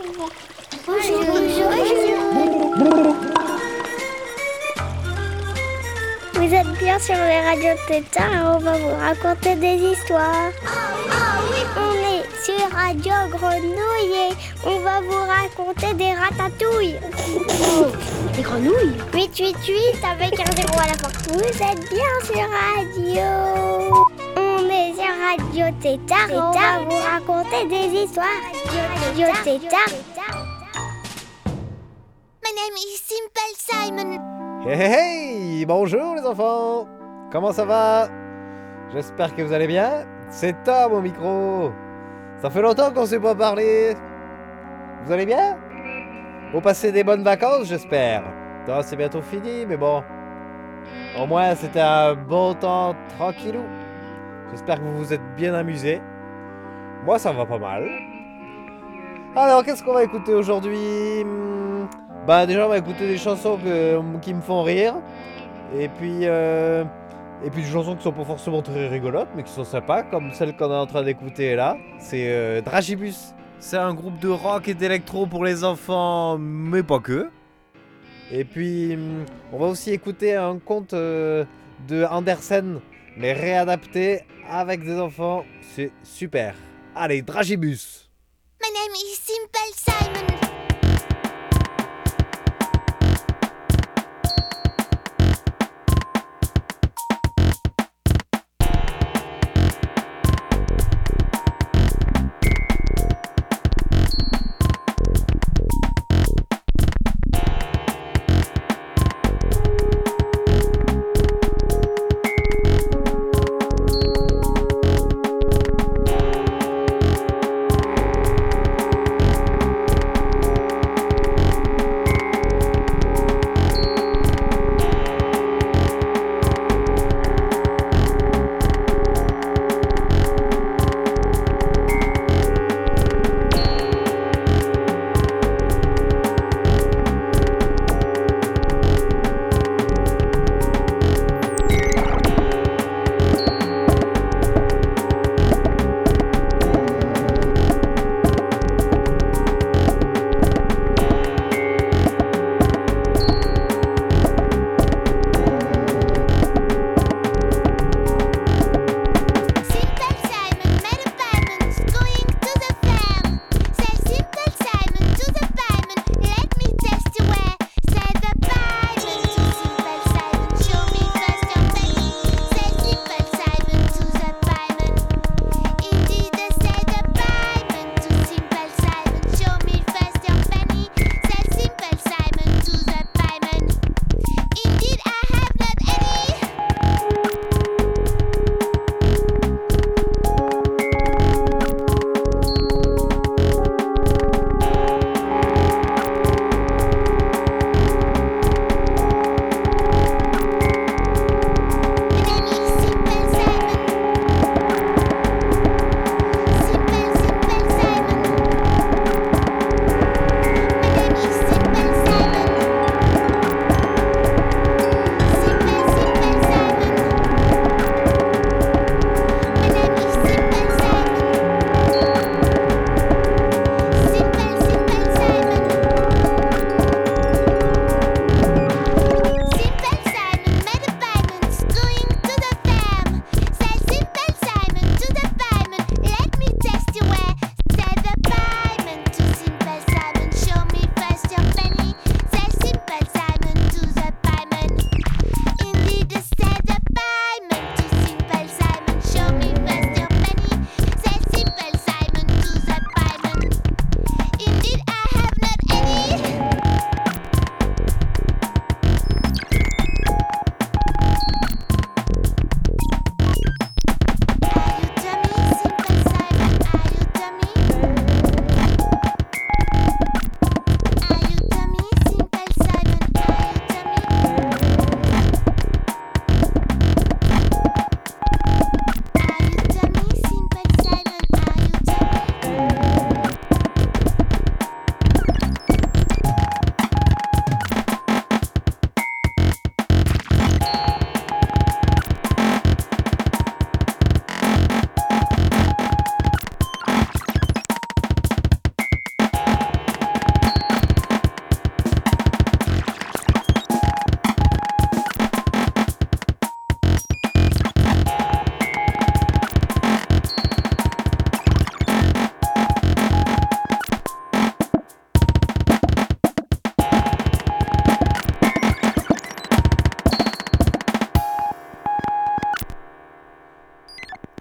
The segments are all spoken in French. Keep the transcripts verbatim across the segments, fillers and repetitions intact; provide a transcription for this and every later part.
Bonjour, bonjour. Vous êtes bien sur les radios Tétard et on va vous raconter des histoires. Ah oui, on est sur Radio Grenouille et on va vous raconter des ratatouilles. Des grenouilles? huit huit huit avec un zéro à la fin. Vous êtes bien sur Radio. On est sur Radio Tétard et on va vous raconter des histoires. Radio Tétard. My name is Simple Simon. Hey hey hey! Bonjour les enfants! Comment ça va? J'espère que vous allez bien. C'est Tom au micro. Ça fait longtemps qu'on s'est pas parlé. Vous allez bien? Vous passez des bonnes vacances, j'espère. Non, c'est bientôt fini, mais bon. Au moins, c'était un bon temps tranquillou. J'espère que vous vous êtes bien amusés. Moi, ça va pas mal. Alors, qu'est-ce qu'on va écouter aujourd'hui? Bah déjà on va écouter des chansons que, qui me font rire. Et puis euh, Et puis des chansons qui sont pas forcément très rigolotes, mais qui sont sympas, comme celle qu'on est en train d'écouter là. C'est euh, Dragibus. C'est un groupe de rock et d'électro pour les enfants, mais pas que. Et puis on va aussi écouter un conte euh, de Andersen, mais réadapté avec des enfants. C'est super. Allez, Dragibus. My name is Simple Simon.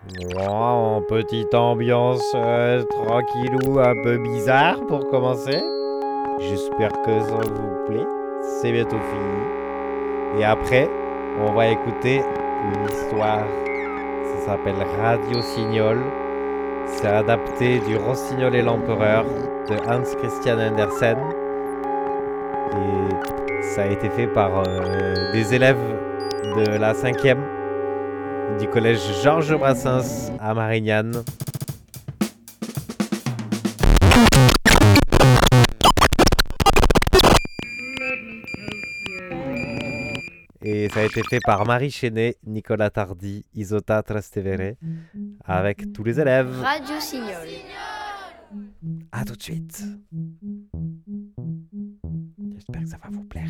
Bon, petite ambiance euh, tranquillou, un peu bizarre pour commencer. J'espère que ça vous plaît. C'est bientôt fini. Et après, on va écouter une histoire. Ça s'appelle Radio Signol. C'est adapté du Rossignol et l'Empereur de Hans Christian Andersen. Et ça a été fait par euh, des élèves de la cinquième du collège Georges Brassens à Marignane. Et ça a été fait par Marie Chenet, Nicolas Tardy, Isota Trastevere, avec tous les élèves. Radio Signol. À tout de suite. J'espère que ça va vous plaire.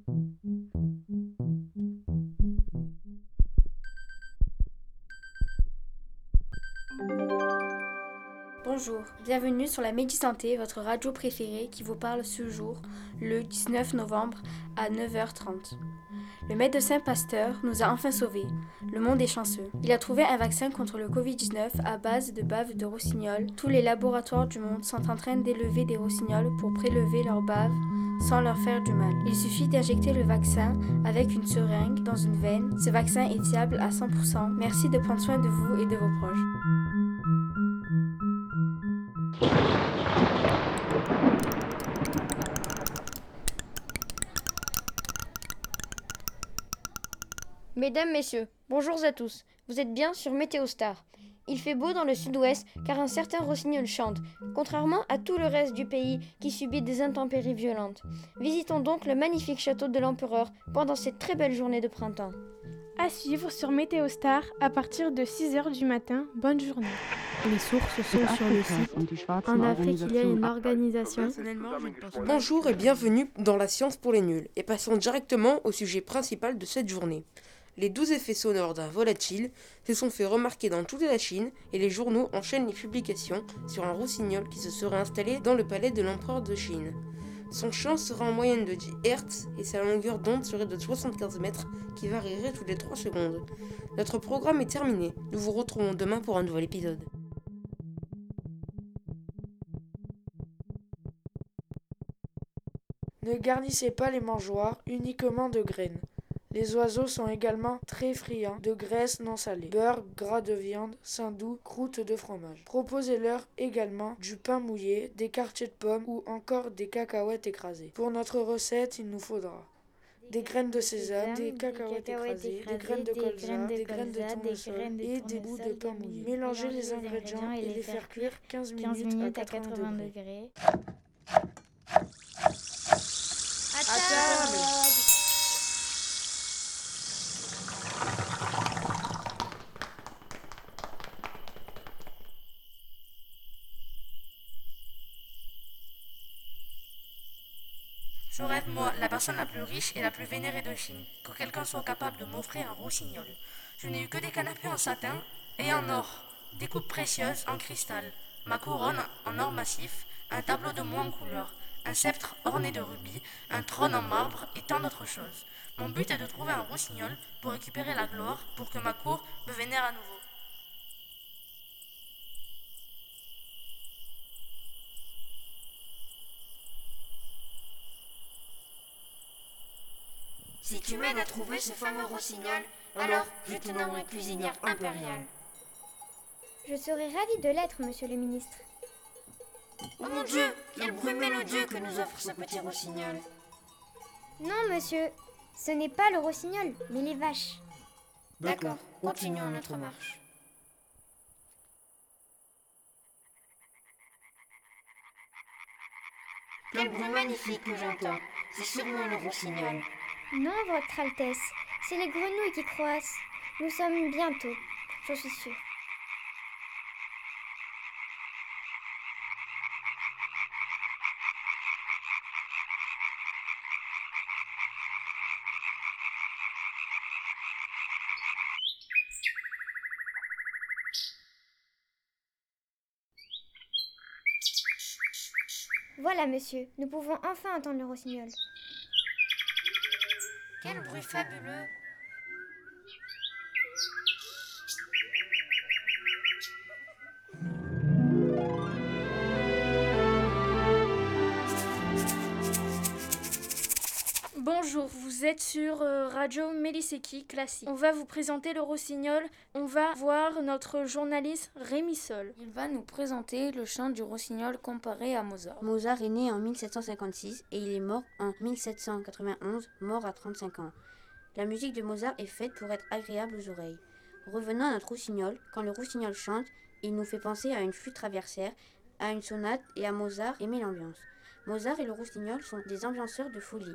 Bonjour, bienvenue sur la Médisanté, votre radio préférée qui vous parle ce jour, le dix-neuf novembre à neuf heures trente. Le médecin Pasteur nous a enfin sauvés. Le monde est chanceux. Il a trouvé un vaccin contre le covid dix-neuf à base de bave de rossignol. Tous les laboratoires du monde sont en train d'élever des rossignols pour prélever leur bave sans leur faire du mal. Il suffit d'injecter le vaccin avec une seringue dans une veine. Ce vaccin est fiable à cent pour cent. Merci de prendre soin de vous et de vos proches. Mesdames, Messieurs, bonjour à tous. Vous êtes bien sur Météostar. Il fait beau dans le sud-ouest car un certain rossignol chante, contrairement à tout le reste du pays qui subit des intempéries violentes. Visitons donc le magnifique château de l'Empereur pendant cette très belle journée de printemps. À suivre sur Météostar à partir de six heures du matin. Bonne journée. Les sources sont sur le site. En Afrique, il y a une organisation. Bonjour et bienvenue dans la science pour les nuls. Et passons directement au sujet principal de cette journée. Les douze effets sonores d'un volatile se sont fait remarquer dans toute la Chine et les journaux enchaînent les publications sur un rossignol qui se serait installé dans le palais de l'empereur de Chine. Son chant sera en moyenne de dix hertz et sa longueur d'onde serait de soixante-quinze mètres qui varierait toutes les trois secondes. Notre programme est terminé. Nous vous retrouvons demain pour un nouvel épisode. Ne garnissez pas les mangeoires uniquement de graines. Les oiseaux sont également très friands de graisse non salée, beurre, gras de viande, saindoux, croûte de fromage. Proposez-leur également du pain mouillé, des quartiers de pommes ou encore des cacahuètes écrasées. Pour notre recette, il nous faudra des graines de sésame, des cacahuètes écrasées, des graines de colza, des graines de tournesol et des bouts de pain mouillé. Mélangez les ingrédients et les faire cuire quinze minutes à quatre-vingts degrés. À table. Je rêve, moi, la personne la plus riche et la plus vénérée de Chine, que quelqu'un soit capable de m'offrir un rossignol. Je n'ai eu que des canapés en satin et en or, des coupes précieuses en cristal, ma couronne en or massif, un tableau de moi en couleur, un sceptre orné de rubis, un trône en marbre et tant d'autres choses. Mon but est de trouver un rossignol pour récupérer la gloire, pour que ma cour me vénère à nouveau. Si tu m'aides à trouver ce fameux rossignol, alors je te nommerai cuisinière impériale. Je serais ravie de l'être, monsieur le ministre. Oh mon Dieu, quel bruit mélodieux que nous offre ce petit rossignol. Non, monsieur, ce n'est pas le rossignol, mais les vaches. D'accord, continuons notre marche. Quel bruit magnifique que j'entends. C'est sûrement le rossignol. Non, votre Altesse, c'est les grenouilles qui croassent. Nous sommes bientôt, j'en suis sûre. Voilà, monsieur, nous pouvons enfin entendre le rossignol. Quel bruit fabuleux! Vous êtes sur euh, Radio Mélisséki Classique. On va vous présenter le rossignol. On va voir notre journaliste Rémi Sol. Il va nous présenter le chant du rossignol comparé à Mozart. Mozart est né en mille sept cent cinquante-six et il est mort en mille sept cent quatre-vingt-onze, mort à trente-cinq ans. La musique de Mozart est faite pour être agréable aux oreilles. Revenons à notre rossignol. Quand le rossignol chante, il nous fait penser à une flûte traversière, à une sonate et à Mozart aimer l'ambiance. Mozart et le rossignol sont des ambianceurs de folie.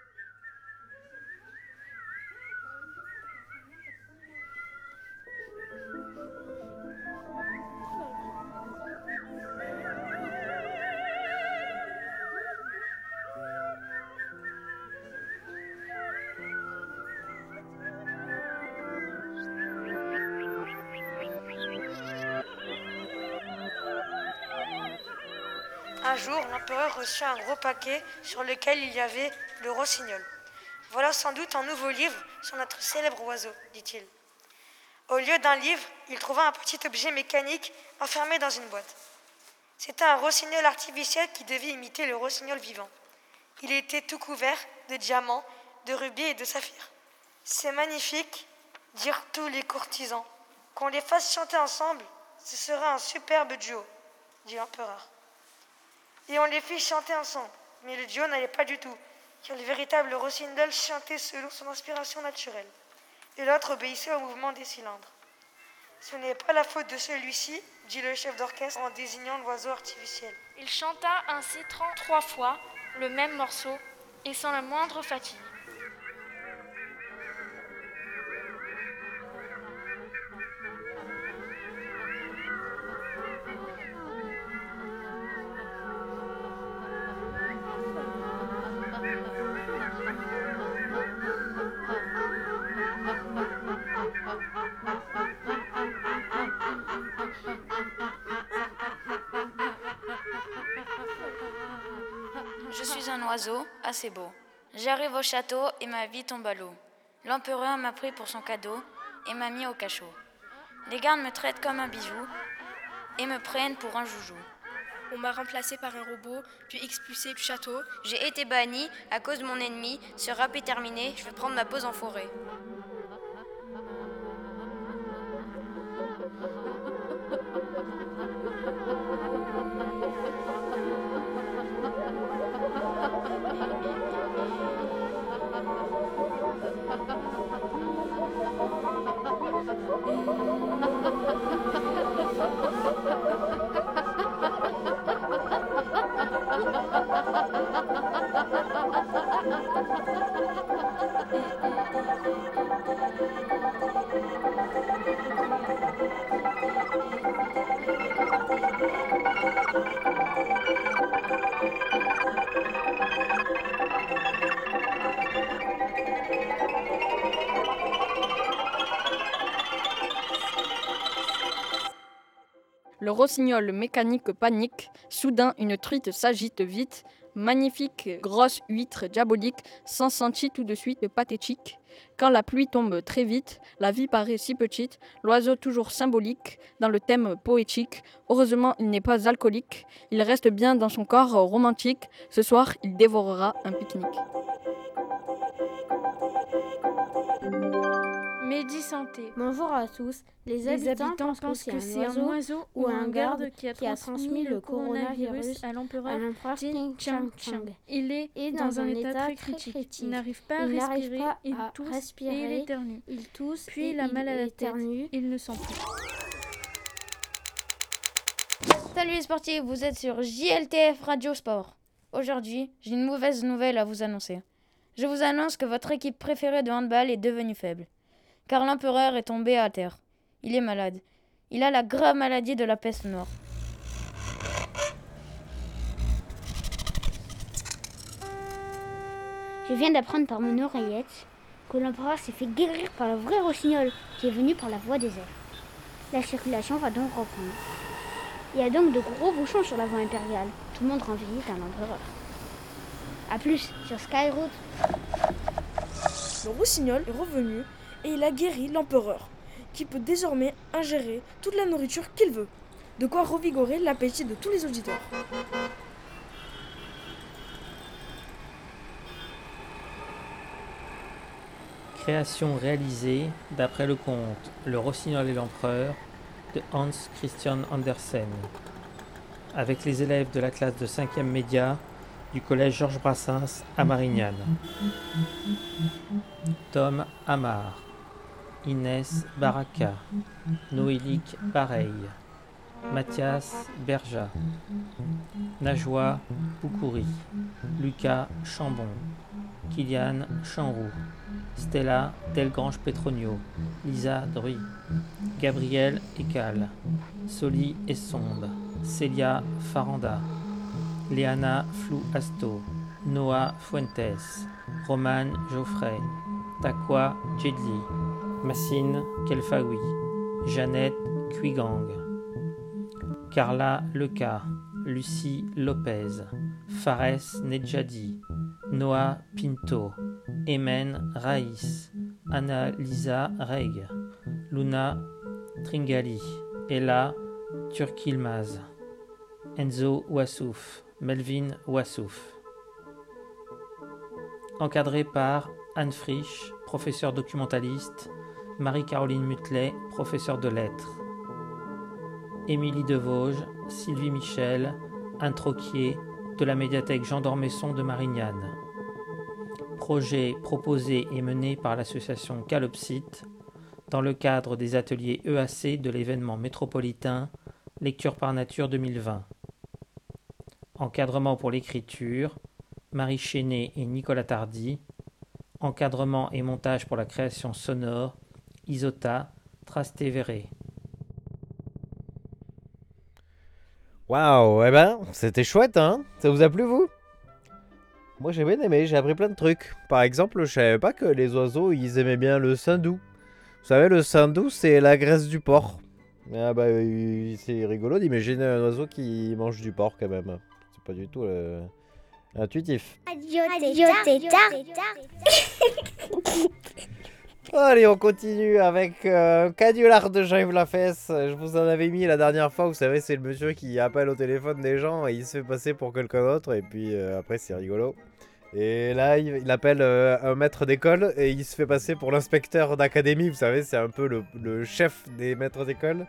Un jour, l'empereur reçut un gros paquet sur lequel il y avait le rossignol. « Voilà sans doute un nouveau livre sur notre célèbre oiseau, dit-il. Au lieu d'un livre, il trouva un petit objet mécanique enfermé dans une boîte. C'était un rossignol artificiel qui devait imiter le rossignol vivant. Il était tout couvert de diamants, de rubis et de saphirs. « C'est magnifique, dirent tous les courtisans. Qu'on les fasse chanter ensemble, ce sera un superbe duo, dit l'empereur. Et on les fit chanter ensemble, mais le duo n'allait pas du tout, car le véritable rossignol chantait selon son inspiration naturelle, et l'autre obéissait au mouvement des cylindres. Ce n'est pas la faute de celui-ci, dit le chef d'orchestre en désignant l'oiseau artificiel. Il chanta ainsi trente-trois fois le même morceau, et sans la moindre fatigue. Je suis un oiseau assez beau. J'arrive au château et ma vie tombe à l'eau. L'empereur m'a pris pour son cadeau et m'a mis au cachot. Les gardes me traitent comme un bijou et me prennent pour un joujou. On m'a remplacé par un robot, puis expulsé du château. J'ai été banni à cause de mon ennemi. Ce rap est terminé, je vais prendre ma pause en forêt. Le rossignol mécanique panique, soudain une truite s'agite vite, magnifique grosse huître diabolique, s'en sentit tout de suite pathétique. Quand la pluie tombe très vite, la vie paraît si petite, l'oiseau toujours symbolique, dans le thème poétique. Heureusement, il n'est pas alcoolique, il reste bien dans son corps romantique. Ce soir, il dévorera un pique-nique. Médisanté. Bonjour à tous. Les, Les habitants, habitants pensent, pensent que que c'est un oiseau ou un garde qui a, qui a transmis le coronavirus à l'empereur à l'empereur Qin Chang Chang. Il est Et dans, dans un état très critique. critique. Il n'arrive pas à Il respirer, pas il à tousse respirer, et il éternue. Il tousse Puis et il a mal à la tête. éternue. Il ne sent plus. Salut les sportifs, vous êtes sur J L T F Radio Sport. Aujourd'hui, j'ai une mauvaise nouvelle à vous annoncer. Je vous annonce que votre équipe préférée de handball est devenue faible. Car l'empereur est tombé à terre. Il est malade. Il a la grave maladie de la peste noire. Je viens d'apprendre par mon oreillette que l'empereur s'est fait guérir par le vrai rossignol qui est venu par la voie des airs. La circulation va donc reprendre. Il y a donc de gros bouchons sur la voie impériale. Tout le monde rend visite à l'empereur. A plus sur Skyroute. Le rossignol est revenu et il a guéri l'empereur, qui peut désormais ingérer toute la nourriture qu'il veut. De quoi revigorer l'appétit de tous les auditeurs. Création réalisée d'après le conte Le Rossignol et l'Empereur de Hans Christian Andersen, avec les élèves de la classe de cinquième média du collège Georges Brassens à Marignane. Tom Amar, Inès Baraka, Noélique Pareil, Mathias Berja, Najwa Poukouri, Lucas Chambon, Kylian Chanroux, Stella Delgrange-Petronio, Lisa Druy, Gabriel Ekal, Soli Essombe, Célia Faranda, Léana Flou-Asto, Noah Fuentes, Roman Geoffrey, Takwa Jedli, Massine Kelfaoui, Jeannette Kuigang, Carla Leca, Lucie Lopez, Fares Nedjadi, Noah Pinto, Emen Raïs, Anna-Lisa Reg, Luna Tringali, Ella Turkilmaz, Enzo Wassouf, Melvin Wassouf. Encadré par Anne Frisch, professeure documentaliste, Marie-Caroline Mutlet, professeure de lettres. Émilie Devauges, Sylvie Michel, Anne Troquier, de la médiathèque Jean d'Ormesson de Marignane. Projet proposé et mené par l'association Calopsite dans le cadre des ateliers E A C de l'événement métropolitain Lecture par Nature deux mille vingt. Encadrement pour l'écriture, Marie Chénet et Nicolas Tardy. Encadrement et montage pour la création sonore, Isota Trastevere. Waouh, eh ben, c'était chouette, hein? Ça vous a plu, vous? Moi, j'ai bien aimé, j'ai appris plein de trucs. Par exemple, je savais pas que les oiseaux, ils aimaient bien le saindoux. Vous savez, le saindoux, c'est la graisse du porc. Ah bah, c'est rigolo d'imaginer un oiseau qui mange du porc, quand même. C'est pas du tout euh, intuitif. Allez, on continue avec euh, Canular de Jean-Yves Lafesse. Je vous en avais mis la dernière fois, vous savez, c'est le monsieur qui appelle au téléphone des gens et il se fait passer pour quelqu'un d'autre et puis euh, après c'est rigolo. Et là, il, il appelle euh, un maître d'école et il se fait passer pour l'inspecteur d'académie, vous savez, c'est un peu le, le chef des maîtres d'école.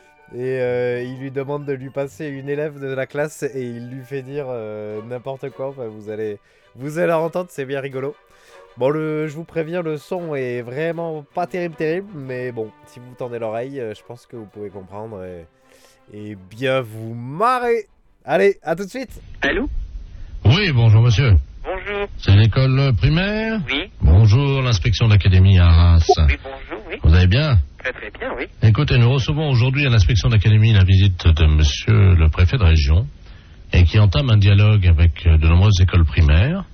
Et euh, il lui demande de lui passer une élève de la classe et il lui fait dire euh, n'importe quoi. Enfin, vous allez, vous allez entendre, c'est bien rigolo. Bon, le, je vous préviens, le son est vraiment pas terrible, terrible, mais bon, si vous tendez l'oreille, je pense que vous pouvez comprendre et, et bien vous marrer. Allez, à tout de suite. Allô? Oui, bonjour monsieur. Bonjour. C'est l'école primaire? Oui. Bonjour, l'inspection d'académie à Arras. Oui, bonjour, oui. Vous allez bien? Très très bien, oui. Écoutez, nous recevons aujourd'hui à l'inspection d'académie la visite de monsieur le préfet de région et qui entame un dialogue avec de nombreuses écoles primaires.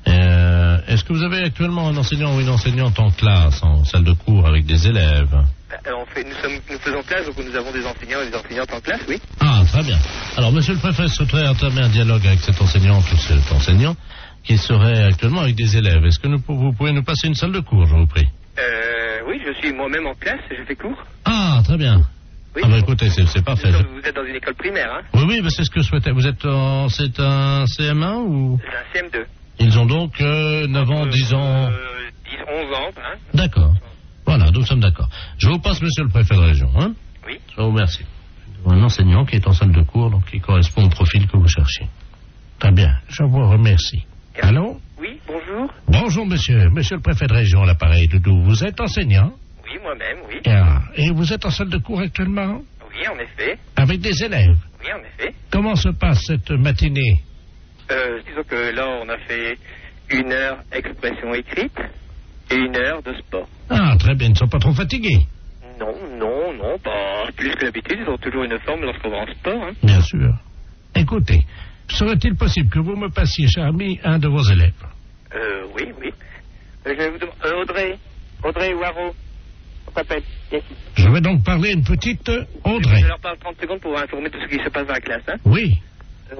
Euh, est-ce que vous avez actuellement un enseignant ou une enseignante en classe, en salle de cours avec des élèves? Euh, on fait, nous, sommes, nous faisons classe, donc nous avons des enseignants et des enseignantes en classe, oui. Ah, très bien. Alors, monsieur le préfet souhaiterait entamer un dialogue avec cette enseignante ou cet enseignant qui serait actuellement avec des élèves. Est-ce que nous, vous pouvez nous passer une salle de cours, je vous prie? Euh, oui, je suis moi-même en classe, je fais cours. Ah, très bien. Oui, ah, bah écoutez, c'est, c'est parfait. Vous êtes dans une école primaire, hein? Oui, oui, bah, c'est ce que je souhaitais. Vous êtes en... C'est un C M un ou? C'est un C M deux. Ils ont donc euh, neuf ans, dix ans... Euh, dix, onze ans, hein. D'accord. Voilà, nous sommes d'accord. Je vous passe monsieur le préfet de région, hein? Oui. Je vous remercie. Un enseignant qui est en salle de cours, donc qui correspond au profil que vous cherchez. Très bien, je vous remercie. Et allô? Oui, bonjour. Bonjour monsieur, monsieur le préfet de région, l'appareil Doudou. Vous êtes enseignant? Oui, moi-même, oui. Ah, et vous êtes en salle de cours actuellement? Oui, en effet. Avec des élèves? Oui, en effet. Comment se passe cette matinée? Euh, disons que là, on a fait une heure expression écrite et une heure de sport. Ah, très bien. Ils ne sont pas trop fatigués? Non, non, non, pas plus que d'habitude. Ils ont toujours une forme lorsqu'on va en sport. Hein. Bien sûr. Écoutez, serait-il possible que vous me passiez, cher ami, un de vos élèves? Euh, oui, oui. Euh, je vais vous demander... Euh, Audrey. Audrey Waro. On s'appelle. Yes. Je vais donc parler une petite Audrey. Je leur parle trente secondes pour vous informer de ce qui se passe dans la classe. Hein. Oui. Euh,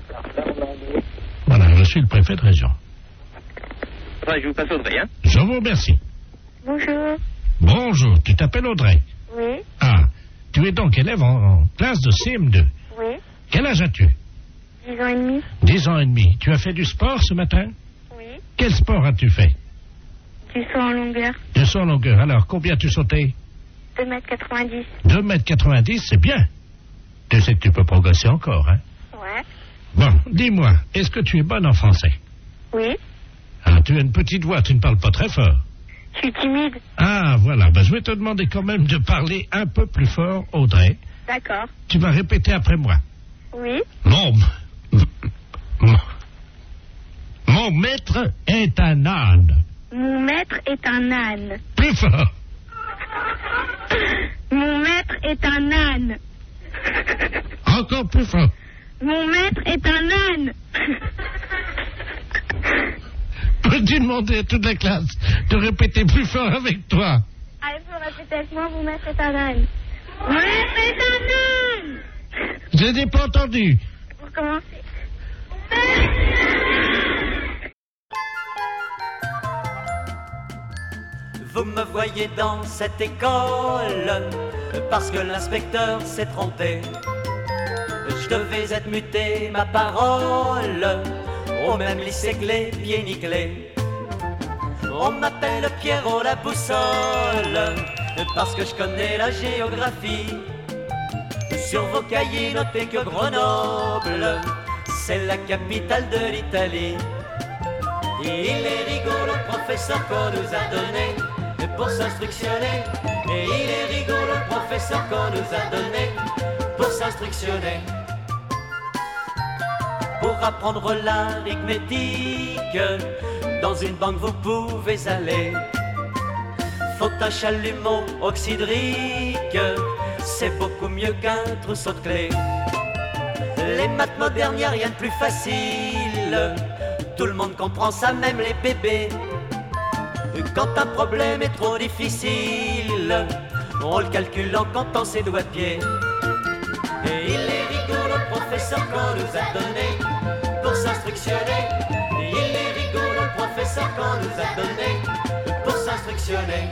voilà, je suis le préfet de région. Enfin, je vous passe Audrey, hein. Je vous remercie. Bonjour. Bonjour, tu t'appelles Audrey? Oui. Ah, tu es donc élève en, en classe de C M deux? Oui. Quel âge as-tu? Dix ans et demi. Dix ans et demi. Tu as fait du sport ce matin? Oui. Quel sport as-tu fait? Du saut en longueur. Du saut en longueur. Alors, combien tu sautais? deux mètres quatre-vingt-dix. deux mètres quatre-vingt-dix, c'est bien. Tu sais que tu peux progresser encore, hein? Ouais. Bon, dis-moi, est-ce que tu es bonne en français? Oui. Ah, tu as une petite voix, tu ne parles pas très fort. Je suis timide. Ah, voilà. Ben, je vais te demander quand même de parler un peu plus fort, Audrey. D'accord. Tu vas répéter après moi. Oui. Mon... Mon, mon maître est un âne. Mon maître est un âne. Plus fort. Mon maître est un âne. Encore plus fort. Mon maître est un âne. Peux-tu demander à toute la classe de répéter plus fort avec toi? Allez, vous répétez avec moi, mon maître est un âne. Mon maître est un âne. Je n'ai pas entendu. Pour commencer. Vous me voyez dans cette école parce que l'inspecteur s'est trompé. Je devais être muté, ma parole, au même lycée que les pieds nickelés. On m'appelle Pierrot la boussole parce que je connais la géographie. Sur vos cahiers, notez que Grenoble, c'est la capitale de l'Italie. Et il est rigolo le professeur qu'on nous a donné pour s'instructionner. Et il est rigolo le professeur qu'on nous a donné pour s'instructionner. Pour apprendre l'arithmétique, dans une banque vous pouvez aller. Faut un chalumeau oxydrique, c'est beaucoup mieux qu'un trousseau de clés. Les maths modernes, y a rien de plus facile. Tout le monde comprend ça, même les bébés. Quand un problème est trop difficile, on le calcule en comptant ses doigts de pied. Et il est rigolo le professeur qu'on nous a donné pour s'instructionner. Et il est rigolo le professeur qu'on nous a donné pour s'instructionner.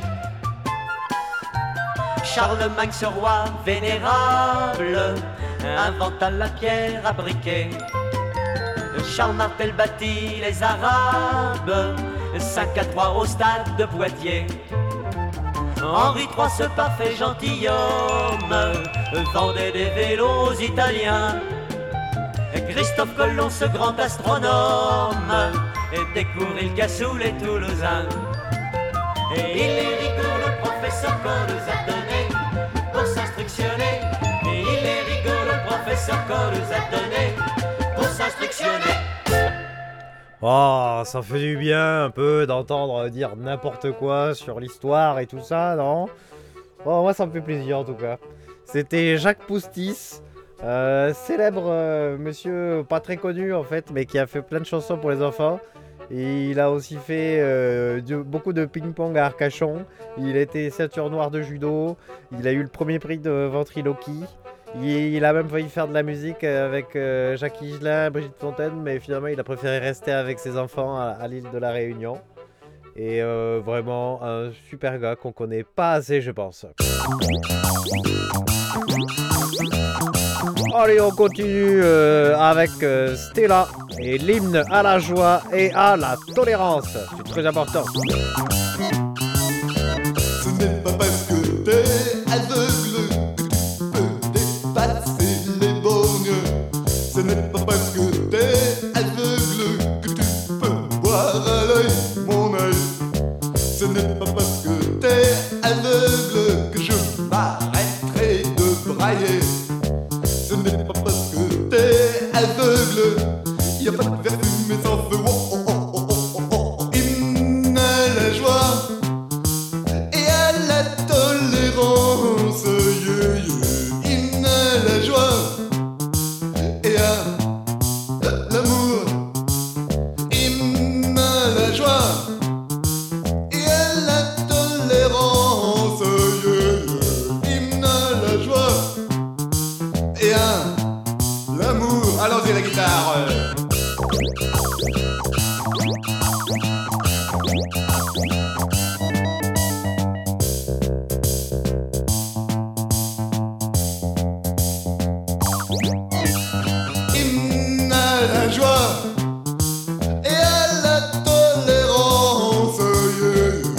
Charlemagne, ce roi vénérable, inventa la pierre à briquet. Charles Martel bâtit les Arabes, cinq à trois au stade de Poitiers. Henri trois, ce parfait gentilhomme, vendait des vélos aux Italiens. Christophe Colomb, ce grand astronome, découvrit le Cassou, les Toulousains. Et il est rigolo le professeur qu'on nous a donné pour s'instructionner. Et il est rigolo le professeur qu'on nous a donné pour s'instructionner. Oh, ça fait du bien un peu d'entendre dire n'importe quoi sur l'histoire et tout ça, non? Oh, moi ça me fait plaisir en tout cas. C'était Jacques Poustis, euh, célèbre euh, monsieur pas très connu en fait, mais qui a fait plein de chansons pour les enfants. Et il a aussi fait euh, de, beaucoup de ping-pong à Arcachon. Il a été ceinture noire de judo. Il a eu le premier prix de ventriloquie. Il, il a même failli faire de la musique avec euh, Jacques Higelin, Brigitte Fontaine, mais finalement il a préféré rester avec ses enfants à, à l'île de la Réunion. Et euh, vraiment un super gars qu'on connaît pas assez, je pense. Allez, on continue euh, avec euh, Stella et l'hymne à la joie et à la tolérance. C'est très important. Ce n'est pas parce que t'es aveugle que tu peux dépasser les bornes. Ce n'est pas parce que t'es aveugle que tu peux voir à l'œil mon œil. Ce n'est pas parce que t'es aveugle que je m'arrêterai de brailler. Ce n'est pas parce que t'es aveugle, y a pas de vertu mais sans feu. Oh, oh, oh, oh, oh, oh. Hymne à la joie et à la tolérance, yeah, yeah. Hymne à la joie et à l'amour. Hymne à la joie et à la tolérance, yeah, yeah. Hymne à la joie et à l'amour. Allons-y la guitare. Hymne à la joie et à la tolérance, yeah.